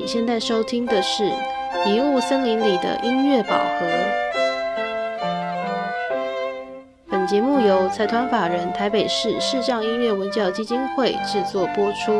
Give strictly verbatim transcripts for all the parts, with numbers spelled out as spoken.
你现在收听的是《迷雾森林里的音乐宝盒》。本节目由财团法人台北市视障音乐文教基金会制作播出。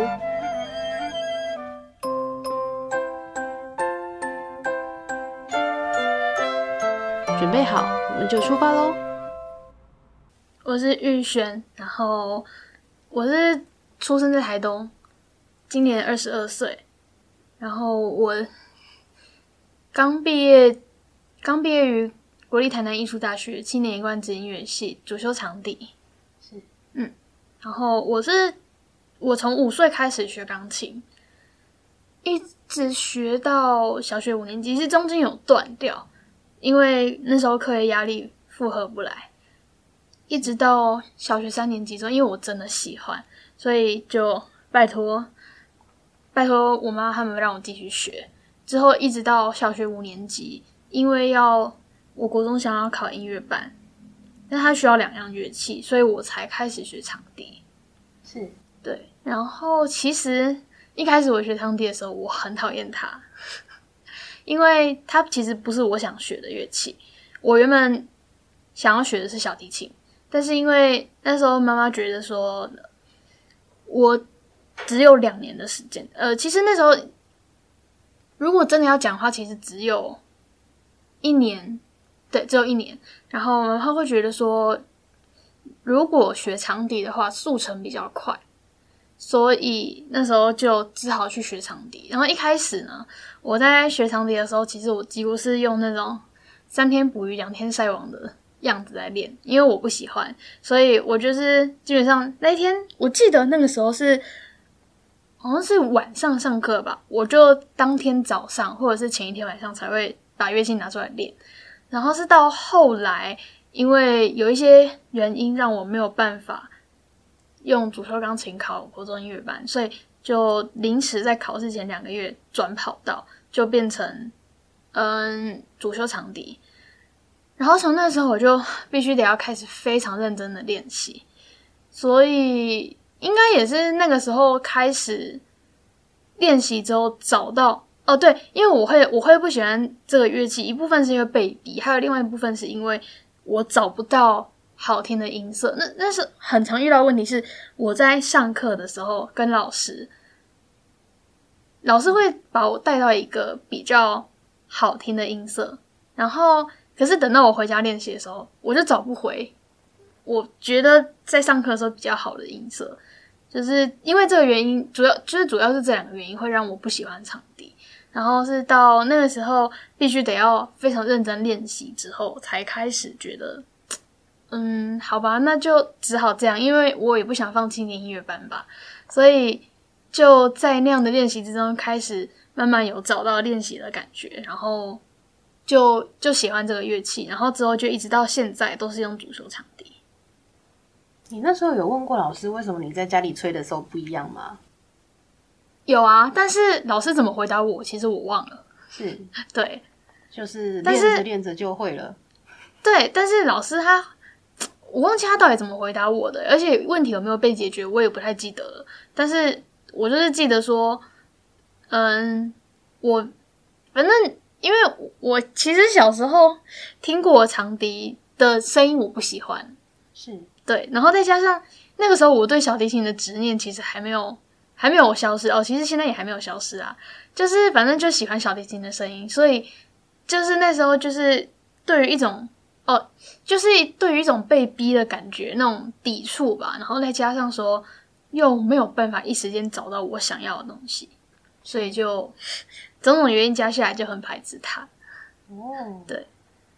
准备好，我们就出发咯。 我是玉璇，然后我是出生在台东，今年二十二岁，然后我刚毕业，刚毕业于国立台南艺术大学七年一贯制音乐系，主修长笛。 是， 嗯，然后我是我从五岁开始学钢琴，一直学到小学五年级，是中间有断掉，因为那时候课业压力负荷不来。一直到小学三年级之后，因为我真的喜欢，所以就拜托拜托我妈他们让我继续学。之后一直到小学五年级，因为要我国中想要考音乐班，但它需要两样乐器，所以我才开始学长笛。 是， 对。然后其实一开始我学长笛的时候，我很讨厌它，因为它其实不是我想学的乐器。我原本想要学的是小提琴。但是因为那时候妈妈觉得说我只有两年的时间，呃，其实那时候如果真的要讲的话，其实只有一年，对，只有一年。然后妈妈会觉得说，如果学长笛的话，速成比较快，所以那时候就只好去学长笛。然后一开始呢，我在学长笛的时候，其实我几乎是用那种三天捕鱼两天晒网的样子来练，因为我不喜欢，所以我就是基本上那一天，我记得那个时候是好像是晚上上课吧，我就当天早上或者是前一天晚上才会把乐器拿出来练。然后是到后来，因为有一些原因让我没有办法用主修钢琴考国中音乐班，所以就临时在考试前两个月转跑道，就变成嗯主修长笛。然后从那时候我就必须得要开始非常认真的练习，所以应该也是那个时候开始练习之后找到哦，对，因为我会我会不喜欢这个乐器，一部分是因为被逼，还有另外一部分是因为我找不到好听的音色。那那是很常遇到的问题，是我在上课的时候跟老师，老师会把我带到一个比较好听的音色，然后可是等到我回家练习的时候，我就找不回我觉得在上课的时候比较好的音色，就是因为这个原因，主要就是主要是这两个原因会让我不喜欢长笛。然后是到那个时候必须得要非常认真练习之后，才开始觉得嗯，好吧，那就只好这样，因为我也不想放弃念音乐班吧，所以就在那样的练习之中开始慢慢有找到练习的感觉，然后就就喜欢这个乐器，然后之后就一直到现在都是用主修长笛。 你那时候有问过老师为什么你在家里吹的时候不一样吗？ 有啊，但是老师怎么回答我其实我忘了。 是， 对， 就是练着练着就会了。 对，但是老师他我忘记他到底怎么回答我的，而且问题有没有被解决我也不太记得了，但是我就是记得说嗯，我反正因为我其实小时候听过长笛的声音我不喜欢， 是， 对，然后再加上那个时候我对小提琴的执念其实还没有还没有消失哦，其实现在也还没有消失啊，就是反正就喜欢小提琴的声音，所以就是那时候就是对于一种哦，就是对于一种被逼的感觉，那种抵触吧，然后再加上说又没有办法一时间找到我想要的东西，所以就种种原因加下来就很排斥它。 哦， 对。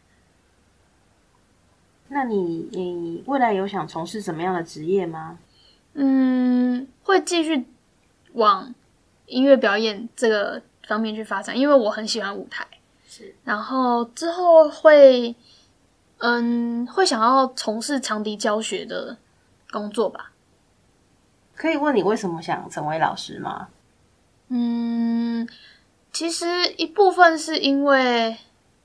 那你你未来有想从事什么样的职业吗？ 嗯，会继续往音乐表演这个方面去发展，因为我很喜欢舞台。 是， 然后之后会嗯会想要从事长笛教学的工作吧。 可以问你为什么想成为老师吗？ 嗯，其实一部分是因为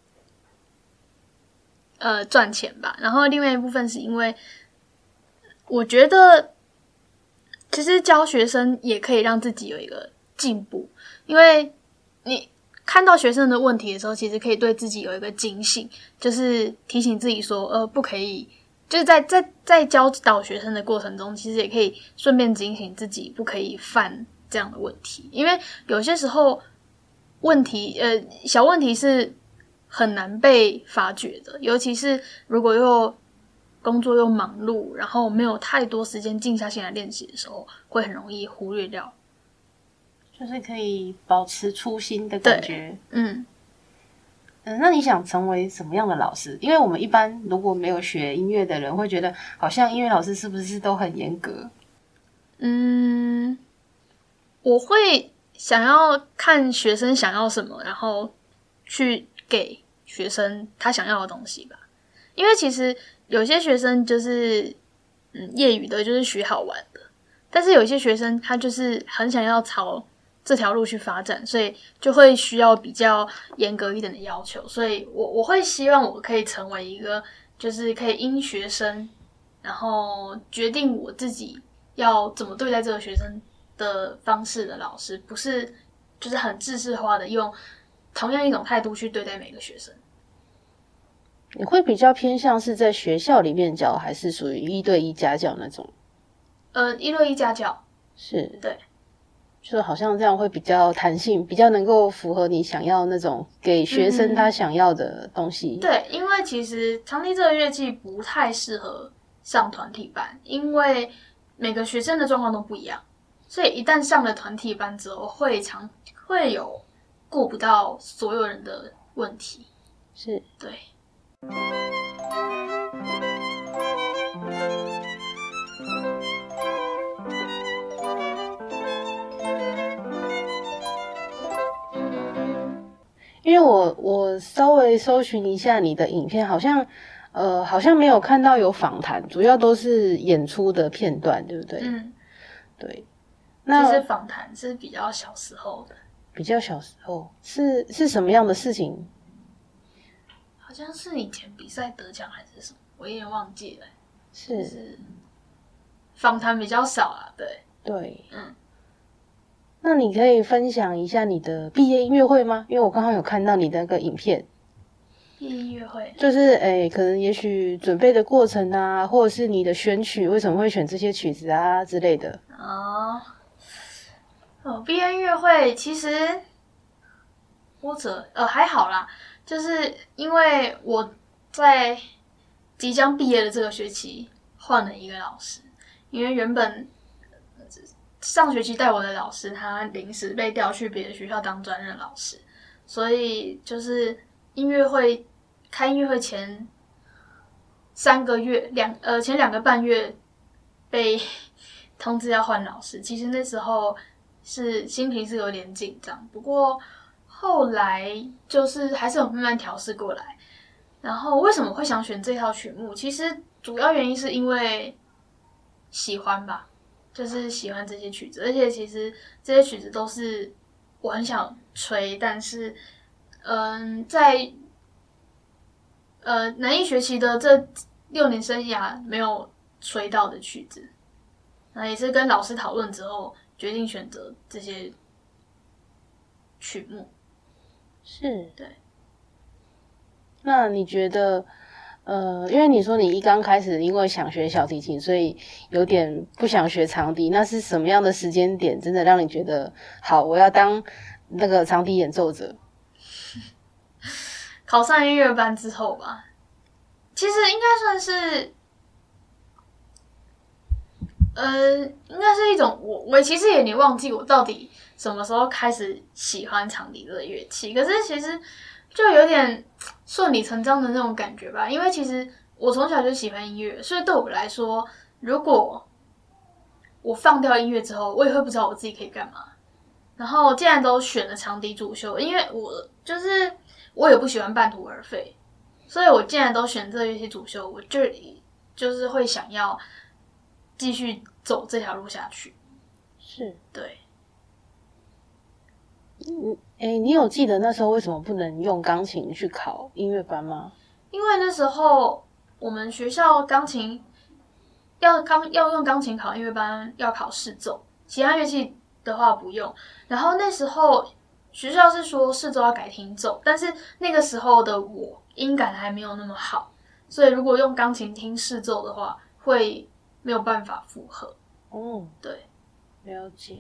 呃赚钱吧，然后另外一部分是因为我觉得其实教学生也可以让自己有一个进步，因为你看到学生的问题的时候，其实可以对自己有一个警醒，就是提醒自己说，呃，不可以，就是在在在教导学生的过程中，其实也可以顺便警醒自己，不可以犯这样的问题，因为有些时候问题，呃，小问题是很难被发觉的，尤其是如果又工作又忙碌，然后没有太多时间静下心来练习的时候，会很容易忽略掉。 就是可以保持初心的感觉。 嗯嗯，那你想成为什么样的老师？因为我们一般如果没有学音乐的人，会觉得好像音乐老师是不是都很严格？ 嗯，我会想要看学生想要什么，然后去给学生他想要的东西吧。因为其实有些学生就是嗯业余的，就是学好玩的，但是有些学生他就是很想要朝这条路去发展，所以就会需要比较严格一点的要求。所以我我会希望我可以成为一个就是可以因学生，然后决定我自己要怎么对待这个学生的方式的老师，不是就是很制式化的用同样一种态度去对待每个学生。 你会比较偏向是在学校里面教，还是属于一对一家教那种？ 呃，一对一家教。 是， 对。 就是好像这样会比较弹性，比较能够符合你想要那种给学生他想要的东西。 嗯、对，因为其实长笛这个乐器不太适合上团体班，因为每个学生的状况都不一样，所以一旦上了团体班之后，会常会有顾不到所有人的问题。 是， 对。 因为我我稍微搜寻一下你的影片，好像呃好像没有看到有访谈，主要都是演出的片段，对不对？ 嗯， 对。 那其实访谈是比较小时候的， 比较小时候是是什么样的事情？ 好像是以前比赛得奖还是什么，我有点忘记了。 是， 是访谈比较少啊，对对， 嗯。 那你可以分享一下你的毕业音乐会吗？因为我刚刚有看到你的那个影片。 毕业音乐会就是诶，可能也许准备的过程啊，或者是你的选曲为什么会选这些曲子啊之类的。 哦，哦，毕业音乐会其实波折呃还好啦，就是因为我在即将毕业的这个学期换了一个老师，因为原本上学期带我的老师他临时被调去别的学校当专任老师，所以就是音乐会开音乐会前三个月两呃前两个半月被通知要换老师，其实那时候是心情是有点紧张，不过后来就是还是有慢慢调试过来。然后为什么会想选这套曲目？其实主要原因是因为喜欢吧，就是喜欢这些曲子，而且其实这些曲子都是我很想吹，但是嗯，在呃南艺学期的这六年生涯没有吹到的曲子，那也是跟老师讨论之后决定选择这些曲目。 是， 对。 那你觉得，呃，因为你说你一刚开始因为想学小提琴，所以有点不想学长笛，那是什么样的时间点真的让你觉得好，我要当那个长笛演奏者？ 考上音乐班之后吧，其实应该算是，呃，应该是一种我我其实也有点忘记我到底什么时候开始喜欢长笛这个乐器，可是其实就有点顺理成章的那种感觉吧，因为其实我从小就喜欢音乐，所以对我来说，如果我放掉音乐之后，我也会不知道我自己可以干嘛。然后既然都选了长笛主修，因为我就是我也不喜欢半途而废，所以我既然都选这个乐器主修，我就就是会想要继续走这条路下去。 是， 对。 嗯，诶，你有记得那时候为什么不能用钢琴去考音乐班吗？ 因为那时候我们学校钢琴要钢要用钢琴考音乐班要考视奏，其他乐器的话不用。然后那时候学校是说四周要改听奏，但是那个时候的我音感还没有那么好，所以如果用钢琴听视奏的话，会没有办法负荷。 哦， 对， 了解。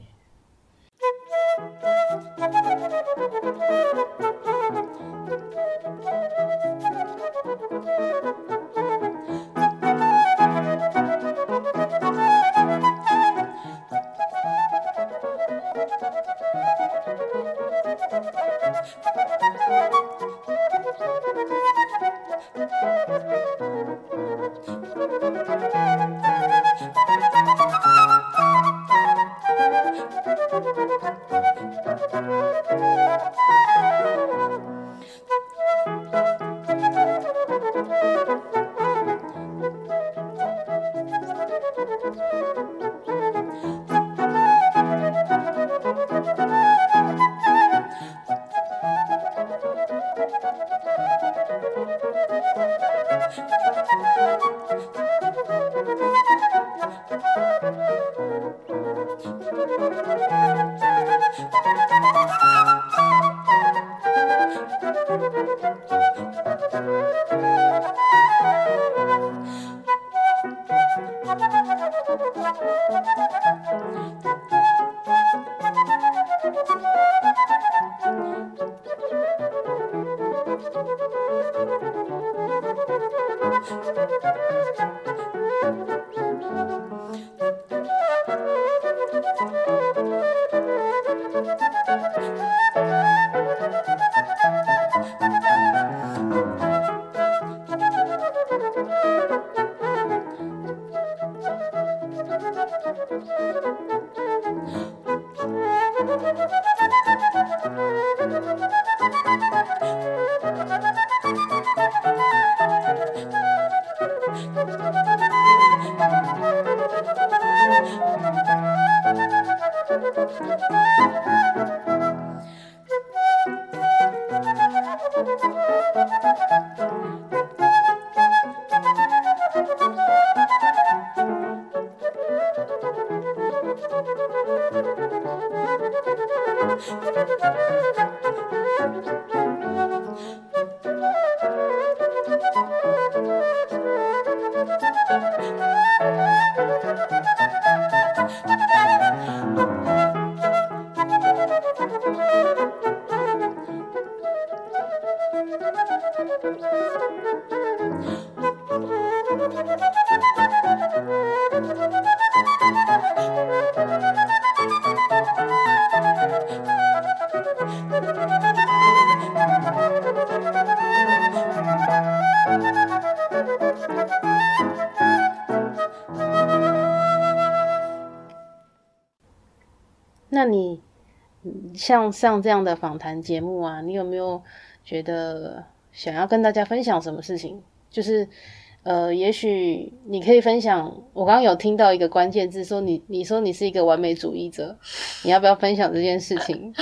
那你像上这样的访谈节目啊，你有没有觉得想要跟大家分享什么事情？就是呃，也许你可以分享，我刚刚有听到一个关键字，说你你说你是一个完美主义者，你要不要分享这件事情？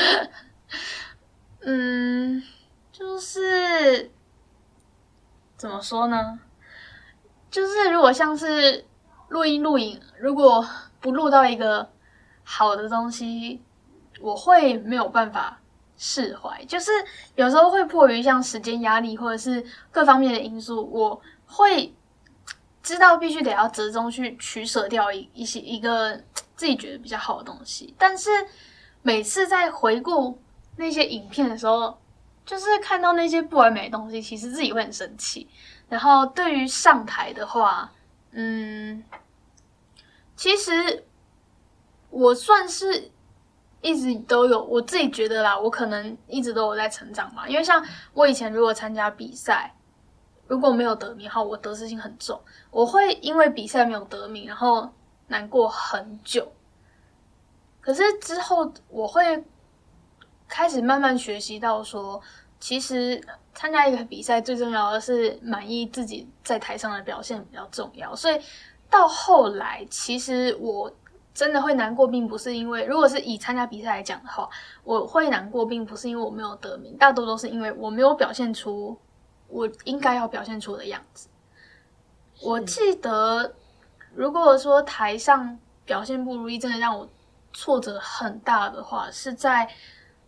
嗯，就是怎么说呢？就是如果像是录音录影，如果不录到一个好的东西，我会没有办法释怀。就是有时候会迫于像时间压力或者是各方面的因素，我会知道必须得要折中去取舍掉一一些一个自己觉得比较好的东西。但是每次在回顾那些影片的时候，就是看到那些不完美的东西，其实自己会很生气。然后对于上台的话，嗯，其实我算是一直都有，我自己觉得啦，我可能一直都有在成长吧。因为像我以前如果参加比赛，如果没有得名，好，我得失心很重，我会因为比赛没有得名，然后难过很久。可是之后我会开始慢慢学习到说，其实参加一个比赛最重要的是满意自己在台上的表现比较重要。所以到后来，其实我真的会难过，并不是因为，如果是以参加比赛来讲的话，我会难过并不是因为我没有得名，大多都是因为我没有表现出我应该要表现出的样子。我记得如果说台上表现不如意真的让我挫折很大的话，是在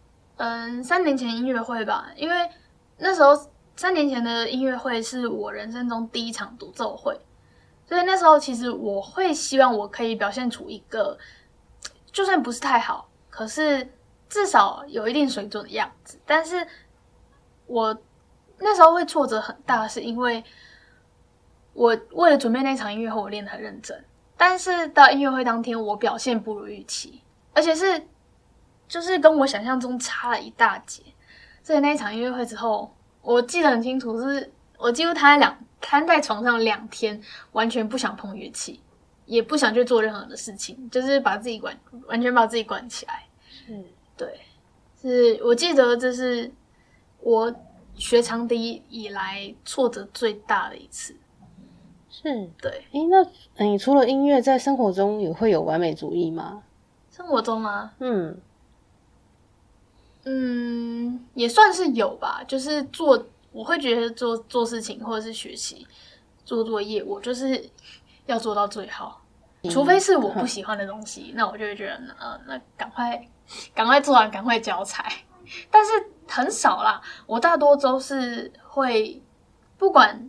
嗯，三年前音乐会吧，因为那时候三年前的音乐会是我人生中第一场独奏会，所以那时候其实我会希望我可以表现出一个，就算不是太好，可是至少有一定水准的样子。但是我那时候会挫折很大，是因为我为了准备那场音乐会，我练得很认真，但是到音乐会当天，我表现不如预期，而且是就是跟我想象中差了一大截。所以那一场音乐会之后，我记得很清楚，是我几乎瘫在两瘫在床上两天，完全不想碰乐器，也不想去做任何的事情，就是把自己关，完全把自己关起来。 是， 对，是我记得这是我学长笛以来挫折最大的一次。 是， 对。 诶，那你除了音乐，在生活中也会有完美主义吗？ 生活中吗？ 嗯嗯，也算是有吧。就是做，我会觉得做做事情或者是学习、做作业，我就是要做到最好。除非是我不喜欢的东西，嗯、那我就会觉得，呃，那赶快赶快做完，赶快交差。但是很少啦，我大多都是会不管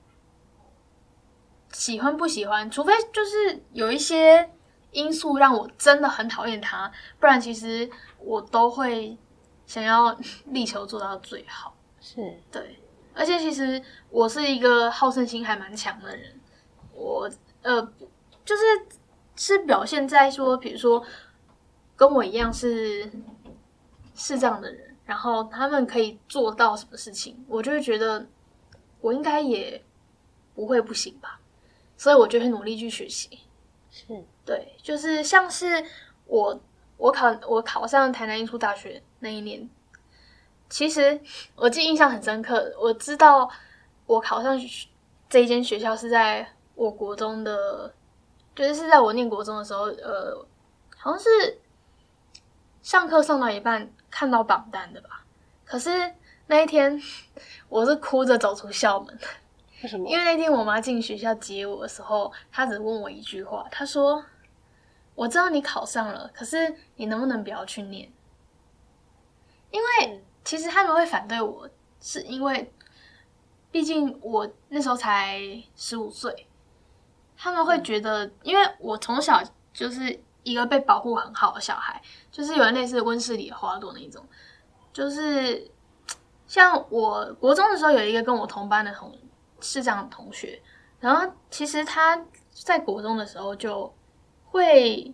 喜欢不喜欢，除非就是有一些因素让我真的很讨厌它，不然其实我都会想要力求做到最好。 是， 对，而且其实我是一个好胜心还蛮强的人，我呃就是是表现在说，比如说跟我一样是是这样的人，然后他们可以做到什么事情，我就会觉得我应该也不会不行吧，所以我就会努力去学习。 是， 对，就是像是我我考我考上台南艺术大学那一年，其实我记忆印象很深刻，我知道我考上这一间学校是在我国中的，就是是在我念国中的时候，呃，好像是上课上到一半看到榜单的吧。可是那一天我是哭着走出校门， 为什么？ 因为那天我妈进学校接我的时候，她只问我一句话，她说：“我知道你考上了，可是你能不能不要去念？”因为其实他们会反对我，是因为毕竟我那时候才十五岁，他们会觉得，因为我从小就是一个被保护很好的小孩，就是有点类似温室里的花朵那一种，就是像我国中的时候有一个跟我同班的同是这样的同学，然后其实他在国中的时候就会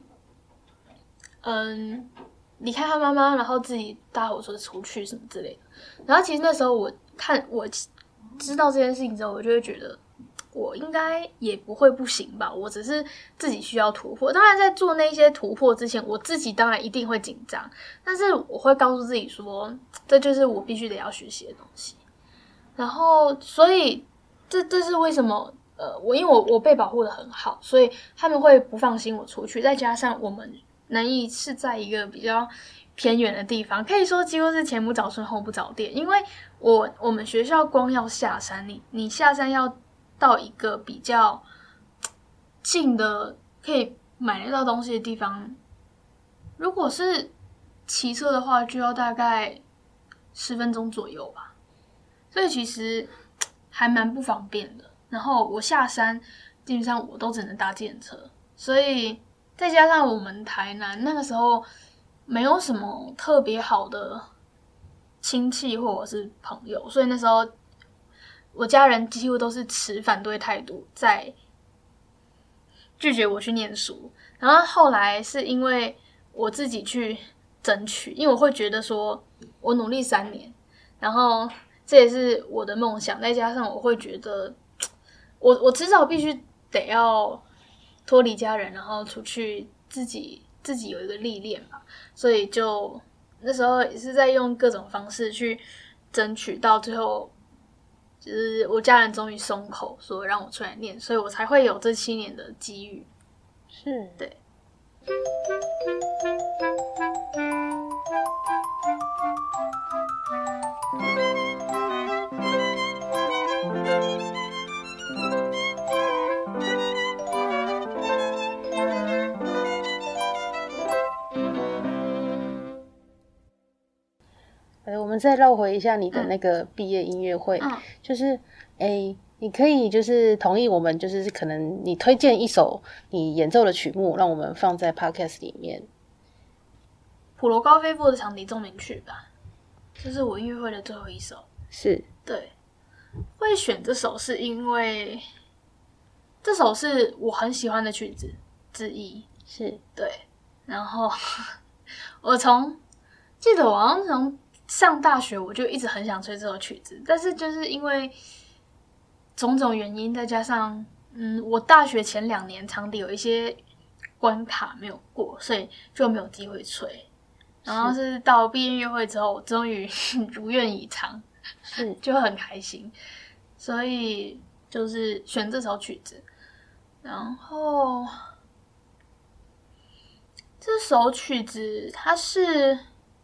嗯离开他妈妈，然后自己搭火车出去什么之类的。然后其实那时候我看我知道这件事情之后，我就会觉得我应该也不会不行吧，我只是自己需要突破。当然在做那些突破之前，我自己当然一定会紧张，但是我会告诉自己说，这就是我必须得要学习的东西。然后所以这这是为什么呃，我因为我我被保护的很好，所以他们会不放心我出去，再加上我们南艺是在一个比较偏远的地方，可以说几乎是前不着村后不着店。因为我我们学校光要下山，你你下山要到一个比较近的可以买得到东西的地方，如果是骑车的话，就要大概十分钟左右吧。所以其实还蛮不方便的。然后我下山基本上我都只能搭计程车，所以再加上我们台南那个时候没有什么特别好的亲戚或者是朋友，所以那时候我家人几乎都是持反对态度在拒绝我去念书。然后后来是因为我自己去争取，因为我会觉得说我努力三年，然后这也是我的梦想，再加上我会觉得我我迟早必须得要脱离家人，然后出去自己自己有一个历练吧，所以就那时候也是在用各种方式去争取，到最后就是我家人终于松口说让我出来念，所以我才会有这七年的机遇。 是， 对。 们再绕回一下你的那个毕业音乐会， 嗯， 就是诶，你可以就是同意我们，就是可能你推荐一首你演奏的曲目，让我们放在 podcast 里面。 普罗高菲夫的长笛奏鸣曲吧，这是我音乐会的最后一首。 是， 对，会选这首是因为这首是我很喜欢的曲子之一。 是， 对，然后我从记得我好像从上大学我就一直很想吹这首曲子，但是就是因为种种原因，再加上嗯，我大学前两年长笛有一些关卡没有过，所以就没有机会吹。然后是到毕业音乐会之后，我终于如愿以偿， 是就很开心，所以就是选这首曲子。然后这首曲子它是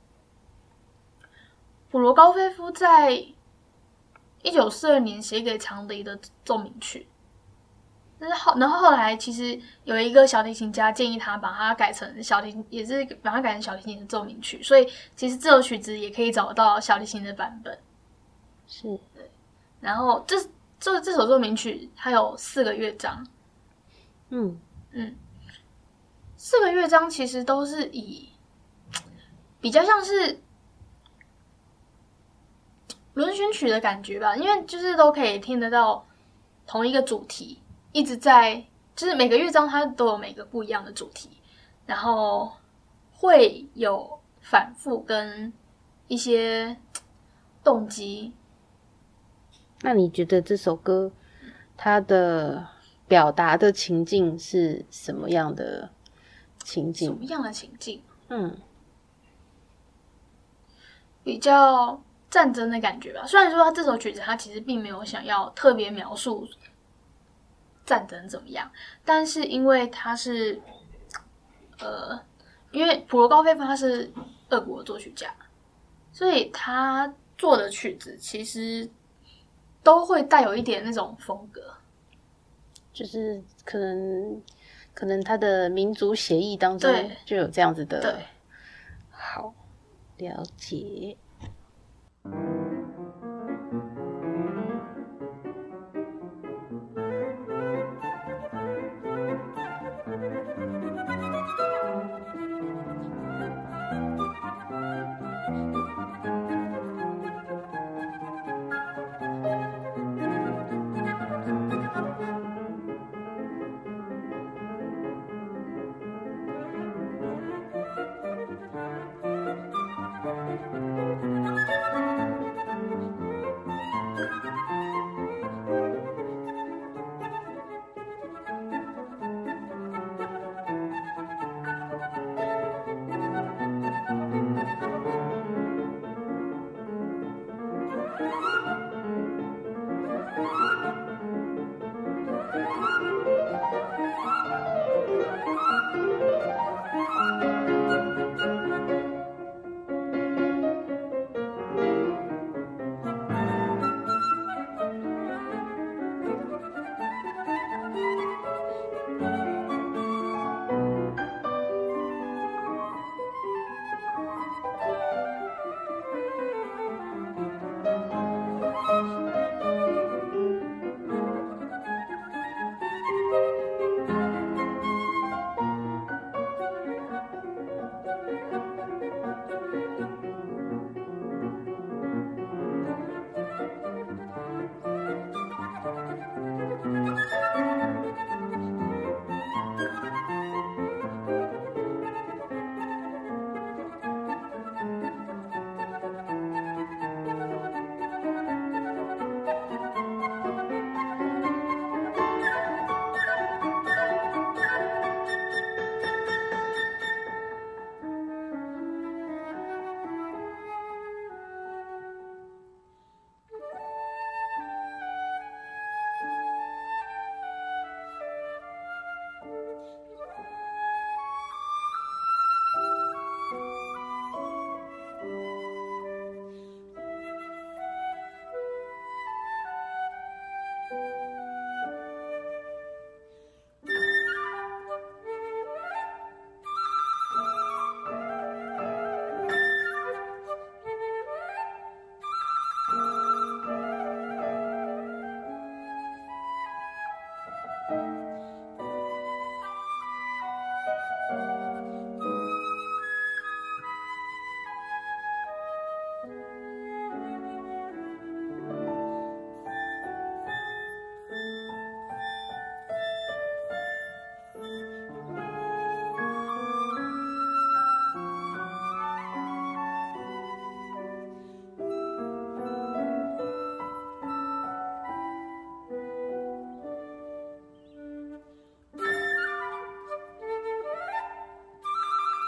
普罗高菲夫在一九四二年写给长笛的奏鸣曲。但是后，然后后来其实有一个小提琴家建议他把它改成小提，也是把它改成小提琴的奏鸣曲，所以其实这首曲子也可以找到小提琴的版本。 是， 对。然后这这这首奏鸣曲它有四个乐章， 嗯嗯，四个乐章其实都是以比较像是轮旋曲的感觉吧，因为就是都可以听得到同一个主题。一直在，就是每个乐章它都有每个不一样的主题，然后会有反复跟一些动机。 那你觉得这首歌它的表达的情境是什么样的情境？ 什么样的情境？ 嗯， 比较战争的感觉吧。虽然说它这首曲子它其实并没有想要特别描述战争怎么样？但是因为他是，呃，因为普罗高菲夫他是俄国的作曲家，所以他做的曲子其实都会带有一点那种风格， 就是可能可能他的民族协议当中对就有这样子的。 对， 好，了解。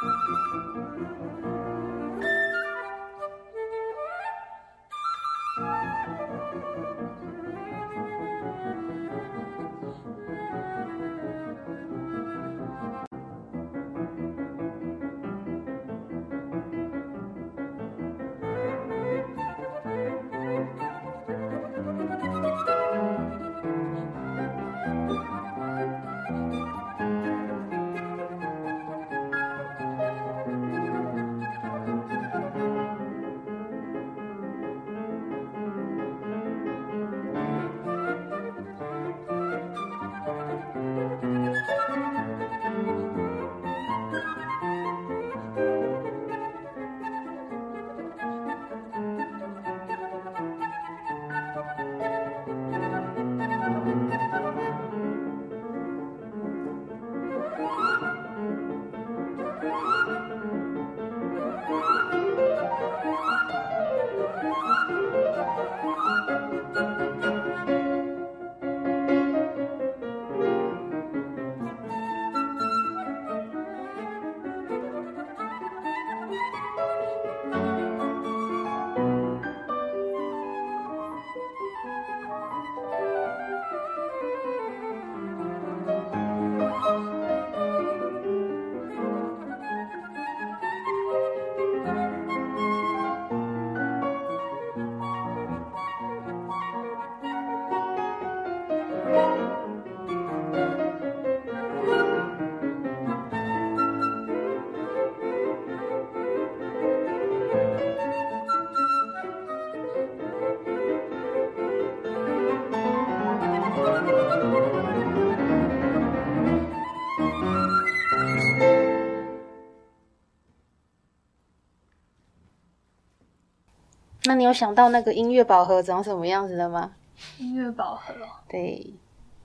那你有想到那个音乐宝盒长什么样子的吗？ 音乐宝盒哦， 对，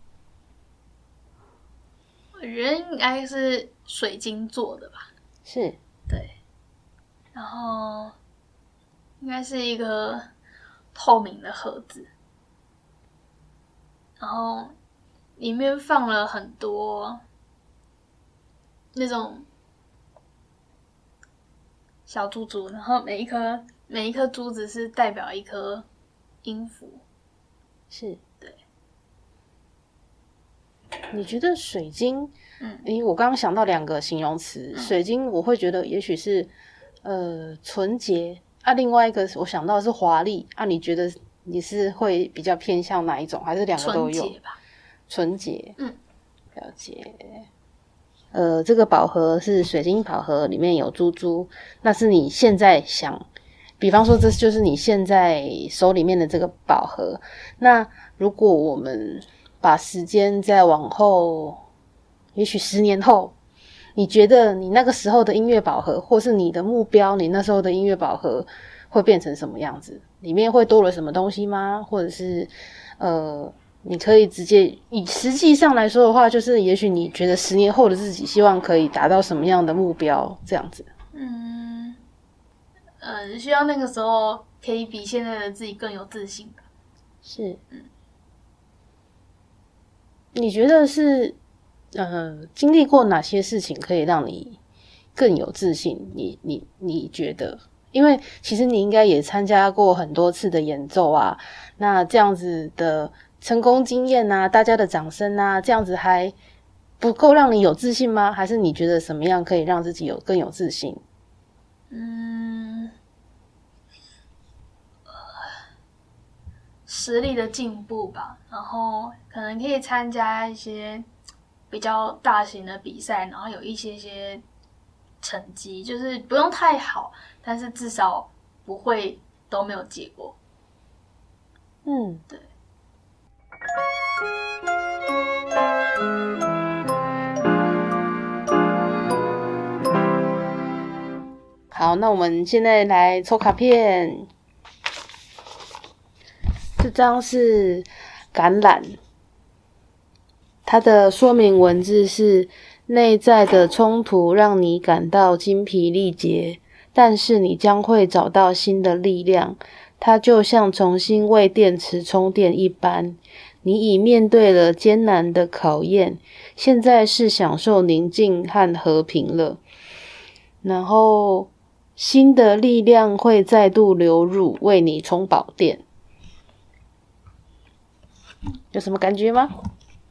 我觉得应该是水晶做的吧。 是， 对，然后应该是一个透明的盒子，然后里面放了很多那种小珠珠，然后每一颗每一颗珠子是代表一颗音符。 是， 对。 你觉得水晶？ 嗯， 诶，我刚刚想到两个形容词， 嗯、 水晶我会觉得也许是呃纯洁啊，另外一个我想到的是华丽啊。你觉得你是会比较偏向哪一种，还是两个都有？ 纯洁吧， 纯洁。 嗯， 了解。呃，这个宝盒是水晶宝盒，里面有珠珠，那是你现在想，比方说这就是你现在手里面的这个宝盒。那如果我们把时间再往后，也许十年后，你觉得你那个时候的音乐宝盒，或是你的目标，你那时候的音乐宝盒会变成什么样子？里面会多了什么东西吗？或者是呃，你可以直接以实际上来说的话，就是也许你觉得十年后的自己希望可以达到什么样的目标，这样子。 嗯，呃，希望那个时候可以比现在的自己更有自信吧。 是， 嗯， 你觉得是呃，经历过哪些事情可以让你更有自信？你你你觉得？因为其实你应该也参加过很多次的演奏啊，那这样子的成功经验啊，大家的掌声啊，这样子还不够让你有自信吗？还是你觉得什么样可以让自己有更有自信？ 嗯，实力的进步吧，然后可能可以参加一些比较大型的比赛，然后有一些些成绩，就是不用太好，但是至少不会都没有结果。 嗯， 对。 好，那我们现在来抽卡片。这张是橄榄，它的说明文字是：内在的冲突让你感到精疲力竭，但是你将会找到新的力量。它就像重新为电池充电一般。你已面对了艰难的考验，现在是享受宁静和和平了。 然后新的力量会再度流入，为你充饱电。有什么感觉吗？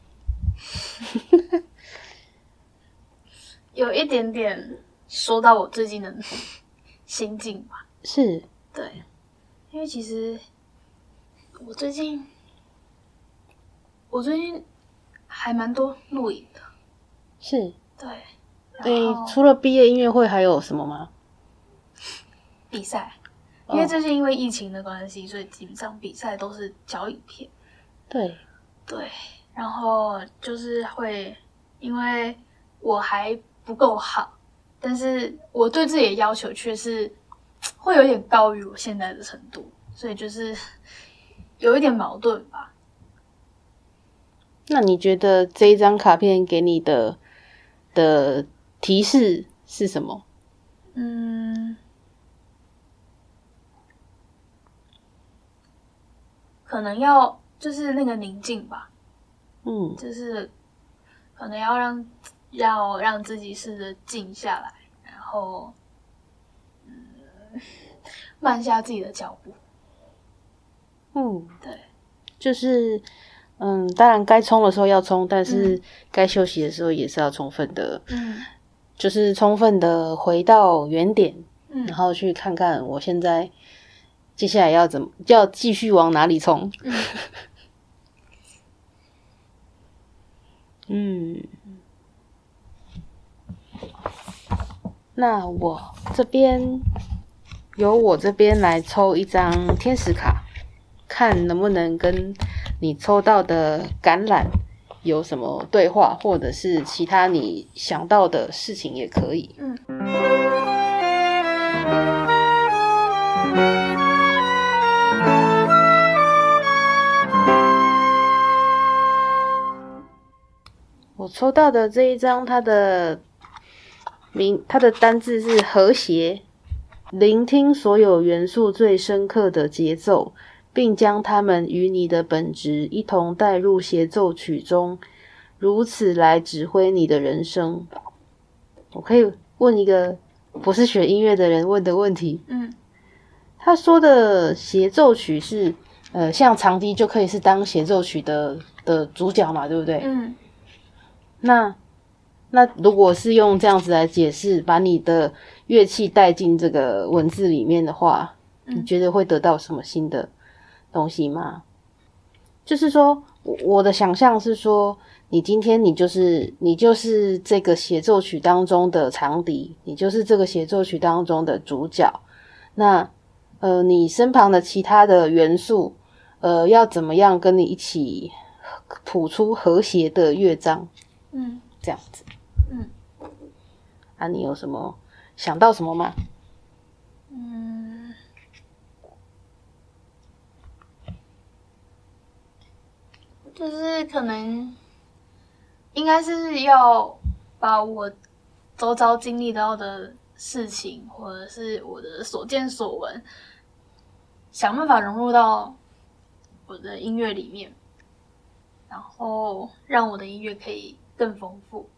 有一点点说到我最近的心境吧。 是， 对，因为其实我最近我最近还蛮多录影的。 是， 对。 对，除了毕业音乐会还有什么吗？ 比赛，因为最近因为疫情的关系，所以基本上比赛都是交影片。 对对，然后就是会，因为我还不够好，但是我对自己的要求却是会有点高于我现在的程度，所以就是有一点矛盾吧。 那你觉得这一张卡片给你的的提示是什么？ 嗯，可能要就是那个宁静吧。 嗯， 就是可能要让要让自己试着静下来，然后嗯慢下自己的脚步。 嗯， 对， 就是嗯，当然该冲的时候要冲，但是该休息的时候也是要充分的， 嗯， 就是充分的回到原点， 嗯， 然后去看看我现在接下来要怎么要继续往哪里冲。 嗯嗯，那我这边由我这边来抽一张天使卡，看能不能跟你抽到的橄榄有什么对话，或者是其他你想到的事情也可以。 嗯。 我抽到的这一张，它的名，它的单字是和谐，聆听所有元素最深刻的节奏，并将它们与你的本质一同带入协奏曲中，如此来指挥你的人生。我可以问一个不是学音乐的人问的问题。 嗯， 他说的协奏曲是，呃，像长笛就可以是当协奏曲的的主角嘛，对不对？ 嗯。 那那如果是用这样子来解释，把你的乐器带进这个文字里面的话， 嗯， 你觉得会得到什么新的东西吗？就是说，我的想象是说，你今天你就是你就是这个协奏曲当中的长笛，你就是这个协奏曲当中的主角。那呃，你身旁的其他的元素，呃，要怎么样跟你一起谱出和谐的乐章？ 嗯， 这样子。 嗯， 啊，你有什么想到什么吗？ 嗯，就是可能应该是要把我周遭经历到的事情，或者是我的所见所闻，想办法融入到我的音乐里面，然后让我的音乐可以更丰富。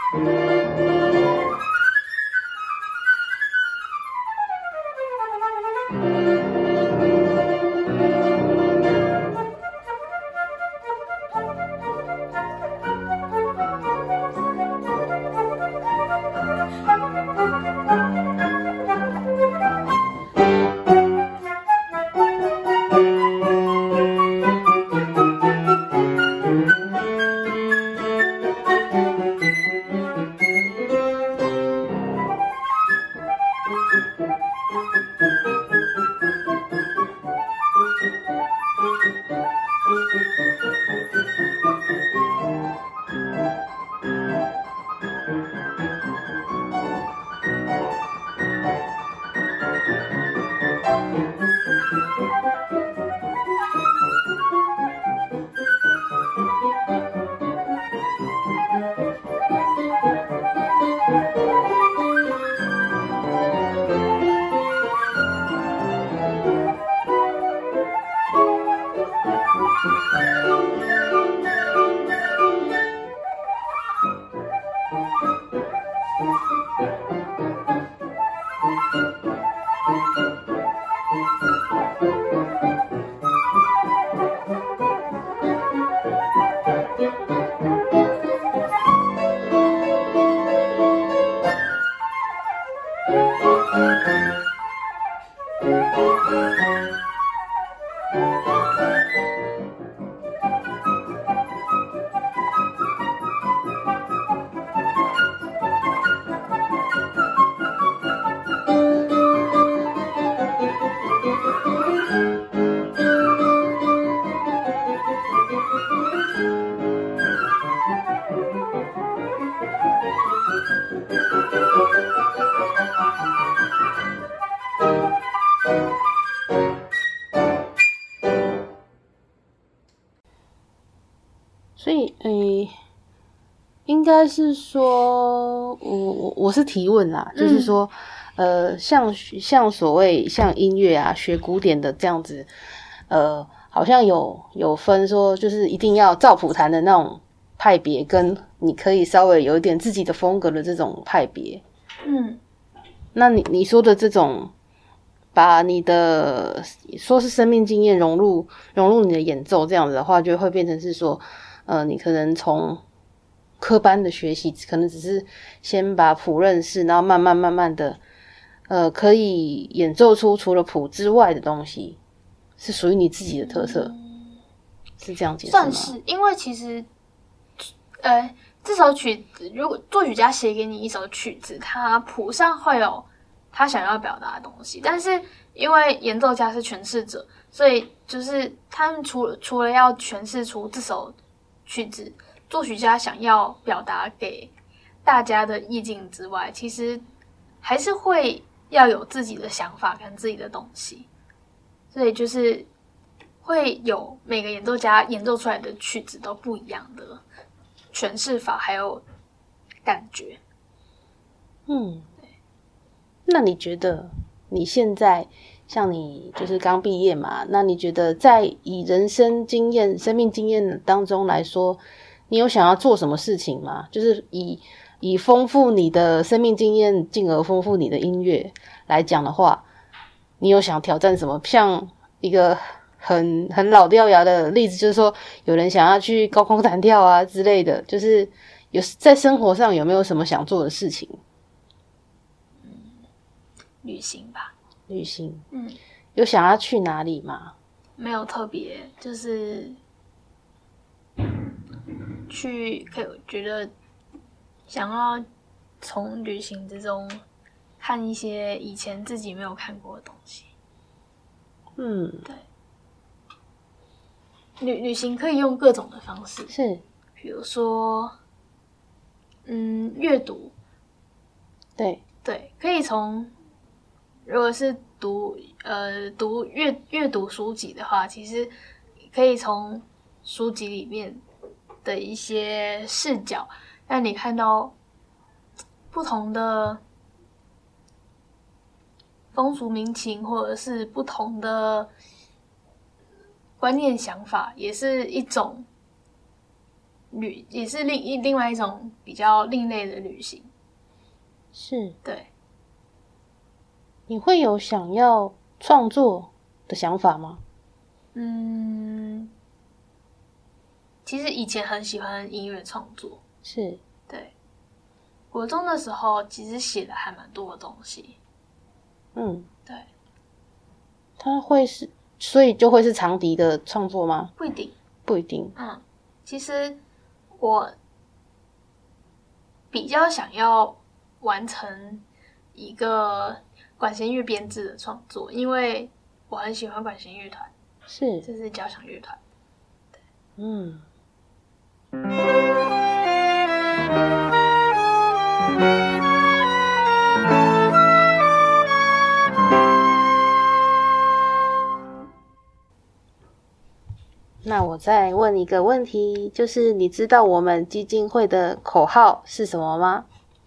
所以，诶、应该是说，我我我是提问啦， 嗯就是说，呃，像像所谓像音乐啊，学古典的这样子，呃，好像有有分说，就是一定要照谱弹的那种派别，跟你可以稍微有一点自己的风格的这种派别。 嗯， 那你你说的这种，把你的说是生命经验融入融入你的演奏这样子的话，就会变成是说，呃，你可能从科班的学习，可能只是先把谱认识，然后慢慢慢慢的，呃，可以演奏出除了谱之外的东西，是属于你自己的特色，嗯、是这样解释吗？ 算是，因为其实，呃，这首曲子，如果作曲家写给你一首曲子，他谱上会有他想要表达的东西，但是因为演奏家是诠释者，所以就是他们除了除了要诠释出这首曲子，作曲家想要表达给大家的意境之外，其实还是会要有自己的想法跟自己的东西，所以就是会有每个演奏家演奏出来的曲子都不一样的诠释法，还有感觉。 嗯，那你觉得你现在像你就是刚毕业嘛，那你觉得在以人生经验、生命经验当中来说，你有想要做什么事情吗？就是以以丰富你的生命经验，进而丰富你的音乐来讲的话，你有想挑战什么？像一个很很老掉牙的例子，就是说有人想要去高空弹跳啊之类的，就是有在生活上有没有什么想做的事情？ 旅行吧， 旅行， 嗯， 有想要去哪里吗？ 没有特别，就是去，可以觉得想要从旅行之中看一些以前自己没有看过的东西。 嗯， 对，旅旅行可以用各种的方式， 是， 比如说，嗯，阅读， 对， 对，可以从。如果是读呃读阅阅读书籍的话，其实可以从书籍里面的一些视角，让你看到不同的风俗民情，或者是不同的观念想法，也是一种旅，也是另另外一种比较另类的旅行。 是， 对。 你会有想要创作的想法吗？ 嗯，其实以前很喜欢音乐创作， 是， 对。国中的时候，其实写的还蛮多的东西。 嗯， 对。 它会是，所以就会是长笛的创作吗？ 不一定， 不一定。 嗯，其实我比较想要完成一个管弦乐编制的创作，因为我很喜欢管弦乐团， 是， 这是交响乐团。 嗯。那我再问一个问题，就是你知道我们基金会的口号是什么吗？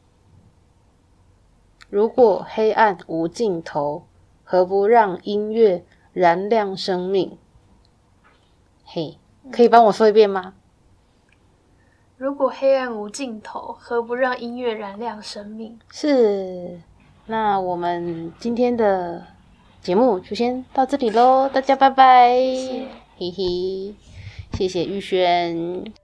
如果黑暗无尽头，何不让音乐燃亮生命？嘿，可以帮我说一遍吗？ 如果黑暗无尽头，何不让音乐燃亮生命？ 是，那我们今天的节目就先到这里咯，大家拜拜。 谢谢。 嘿嘿，谢谢玉轩。